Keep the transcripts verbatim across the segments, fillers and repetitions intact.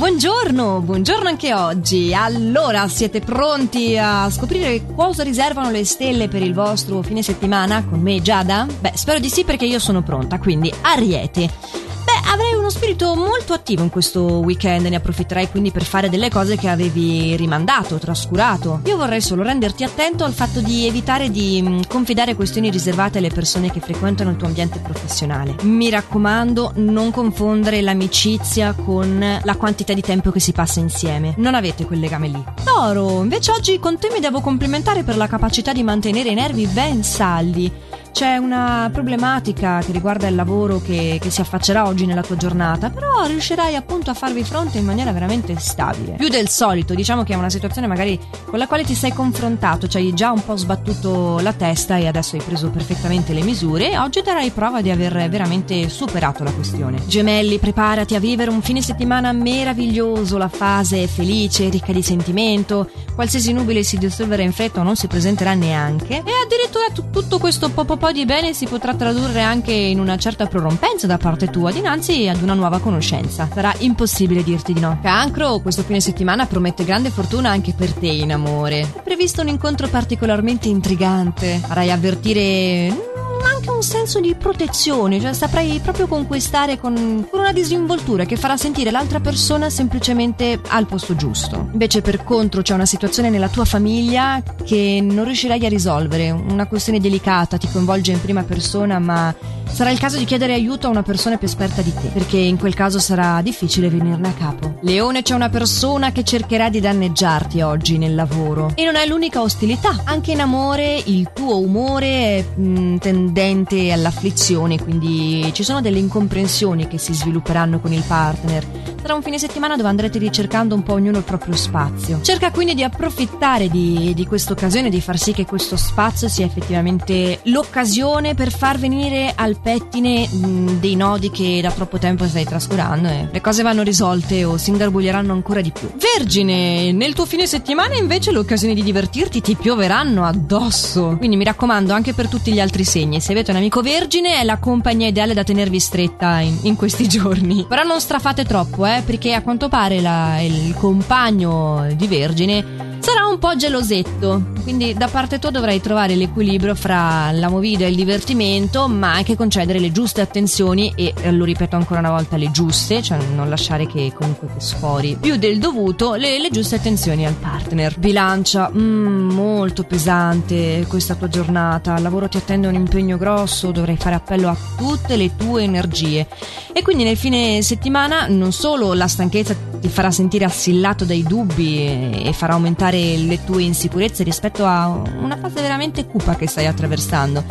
Buongiorno, buongiorno anche oggi. Allora, siete pronti a scoprire cosa riservano le stelle per il vostro fine settimana con me, Giada? Beh, spero di sì, perché io sono pronta, quindi Ariete. Beh, avrei uno spirito molto attivo in questo weekend, ne approfitterai quindi per fare delle cose che avevi rimandato, trascurato. Io vorrei solo renderti attento al fatto di evitare di mh, confidare questioni riservate alle persone che frequentano il tuo ambiente professionale. Mi raccomando, non confondere l'amicizia con la quantità di tempo che si passa insieme. Non avete quel legame lì. Toro, invece oggi con te mi devo complimentare per la capacità di mantenere i nervi ben saldi. C'è una problematica che riguarda il lavoro che, che si affaccerà oggi nella tua giornata, però riuscirai appunto a farvi fronte in maniera veramente stabile. Più del solito, diciamo che è una situazione magari con la quale ti sei confrontato, ci hai già un po' sbattuto la testa e adesso hai preso perfettamente le misure e oggi darai prova di aver veramente superato la questione. Gemelli, preparati a vivere un fine settimana meraviglioso, la fase è felice, ricca di sentimento, qualsiasi nubile si dissolverà in fretta o non si presenterà neanche e addirittura t- tutto questo po' po' po' di bene si potrà tradurre anche in una certa prorompenza da parte tua dinanzi ad una nuova conoscenza. Sarà impossibile dirti di no. Cancro, questo fine settimana promette grande fortuna anche per te in amore. È previsto un incontro particolarmente intrigante. Farai avvertire anche un senso di protezione, cioè saprai proprio conquistare con, con una disinvoltura che farà sentire l'altra persona semplicemente al posto giusto. Invece per contro c'è una situazione nella tua famiglia che non riuscirai a risolvere, una questione delicata, ti coinvolge in prima persona, ma sarà il caso di chiedere aiuto a una persona più esperta di te, perché in quel caso sarà difficile venirne a capo. Leone, c'è una persona che cercherà di danneggiarti oggi nel lavoro e non è l'unica ostilità. Anche in amore il tuo umore è mh, tendente all'afflizione, quindi ci sono delle incomprensioni che si svilupperanno con il partner. Sarà un fine settimana dove andrete ricercando un po' ognuno il proprio spazio. Cerca quindi di approfittare di, di questa occasione, di far sì che questo spazio sia effettivamente l'occasione per far venire al pettine mh, dei nodi che da troppo tempo stai trascurando e le cose vanno risolte o si ingarbuglieranno ancora di più. Vergine, nel tuo fine settimana invece le occasioni di divertirti ti pioveranno addosso, quindi mi raccomando anche per tutti gli altri segni, se avete un amico vergine è la compagnia ideale da tenervi stretta in, in questi giorni. Però non strafate troppo, eh, perché a quanto pare la, il compagno di vergine sarà un po' gelosetto, quindi da parte tua dovrai trovare l'equilibrio fra la movida e il divertimento, ma anche concedere le giuste attenzioni e, lo ripeto ancora una volta, le giuste, cioè non lasciare che comunque che sfori più del dovuto le, le giuste attenzioni al partner. Bilancia, mm, molto pesante questa tua giornata, al lavoro ti attende un impegno grosso, dovrai fare appello a tutte le tue energie e quindi nel fine settimana non solo la stanchezza ti farà sentire assillato dai dubbi e farà aumentare le tue insicurezze rispetto a una fase veramente cupa che stai attraversando,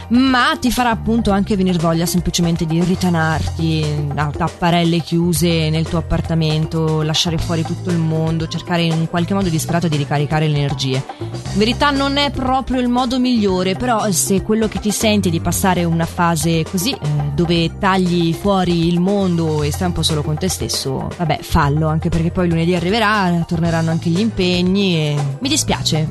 ma ti farà appunto anche venir voglia semplicemente di ritanarti a tapparelle chiuse nel tuo appartamento, lasciare fuori tutto il mondo, cercare in un qualche modo disperato di ricaricare le energie. In verità non è proprio il modo migliore, però se quello che ti senti è di passare una fase così eh, dove tagli fuori il mondo e stai un po' solo con te stesso, vabbè, fallo, anche perché poi lunedì arriverà, torneranno anche gli impegni e mi dispiace,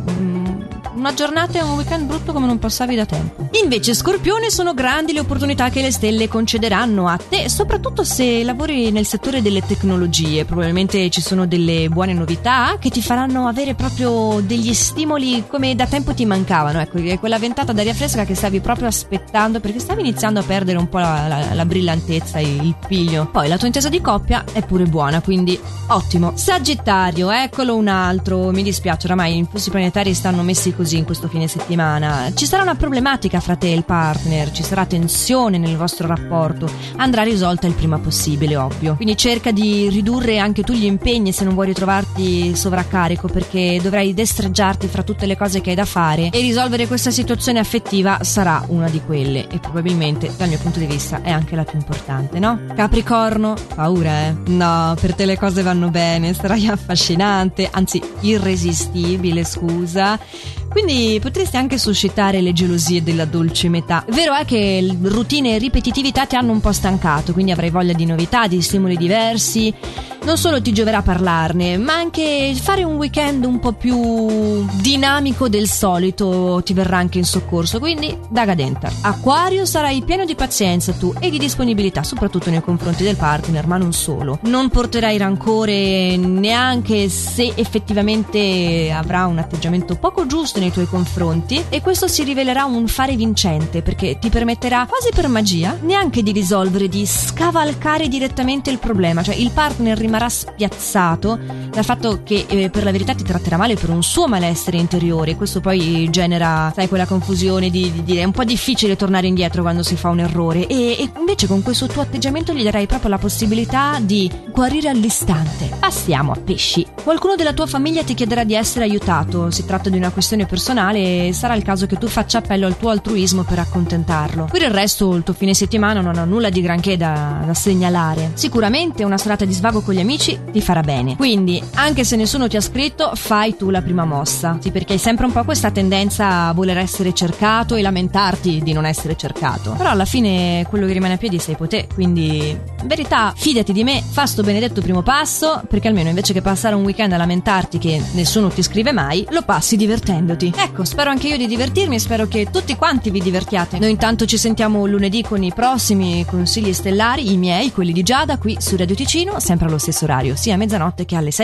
una giornata e un weekend brutto come non passavi da tempo. Invece Scorpione, sono grandi le opportunità che le stelle concederanno a te, soprattutto se lavori nel settore delle tecnologie. Probabilmente ci sono delle buone novità che ti faranno avere proprio degli stimoli come da tempo ti mancavano, ecco, quella ventata d'aria fresca che stavi proprio aspettando perché stavi iniziando a perdere un po' la, la, la brillantezza, il piglio. Poi la tua intesa di coppia è pure buona, quindi ottimo. Sagittario, eccolo un altro, mi dispiace, oramai i flussi planetari stanno messi così in questo fine settimana. Ci sarà una problematica fra te e il partner, ci sarà tensione nel vostro rapporto, andrà risolta il prima possibile, ovvio. Quindi cerca di ridurre anche tu gli impegni se non vuoi ritrovarti sovraccarico, perché dovrai destreggiarti fra tutte le cose che hai da fare e risolvere questa situazione affettiva sarà una di quelle e probabilmente dal mio punto di vista è anche la più importante, no? Capricorno, paura eh? No, per te le cose vanno bene, sarai affascinante, anzi irresistibile, scusa. Quindi potresti anche suscitare le gelosie della dolce metà. Vero è che routine e ripetitività ti hanno un po' stancato, quindi avrai voglia di novità, di stimoli diversi non solo ti gioverà parlarne, ma anche fare un weekend un po' più dinamico del solito ti verrà anche in soccorso, quindi daga dentro. Acquario, sarai pieno di pazienza tu e di disponibilità, soprattutto nei confronti del partner, ma non solo. Non porterai rancore neanche se effettivamente avrà un atteggiamento poco giusto nei tuoi confronti, e questo si rivelerà un fare vincente, perché ti permetterà quasi per magia neanche di risolvere, di scavalcare direttamente il problema, cioè il partner rimarrà spiazzato dal fatto che eh, per la verità ti tratterà male per un suo malessere interiore. Questo poi genera, sai, quella confusione di, di dire è un po' difficile tornare indietro quando si fa un errore, e, e invece con questo tuo atteggiamento gli darai proprio la possibilità di guarire all'istante. Passiamo a pesci. Qualcuno della tua famiglia ti chiederà di essere aiutato, si tratta di una questione personale e sarà il caso che tu faccia appello al tuo altruismo per accontentarlo. Per il resto il tuo fine settimana non ha nulla di granché da, da segnalare. Sicuramente una serata di svago con gli amici ti farà bene, quindi anche se nessuno ti ha scritto fai tu la prima mossa. Sì, perché hai sempre un po' questa tendenza a voler essere cercato e lamentarti di non essere cercato, però alla fine quello che rimane a piedi sei po' te, quindi in verità fidati di me, fa sto benedetto primo passo, perché almeno invece che passare un weekend a lamentarti che nessuno ti scrive mai, lo passi divertendoti. Ecco, spero anche io di divertirmi, spero che tutti quanti vi divertiate. Noi intanto ci sentiamo lunedì con i prossimi consigli stellari, i miei, quelli di Giada, qui su Radio Ticino, sempre allo stesso orario, sia a mezzanotte che alle sei.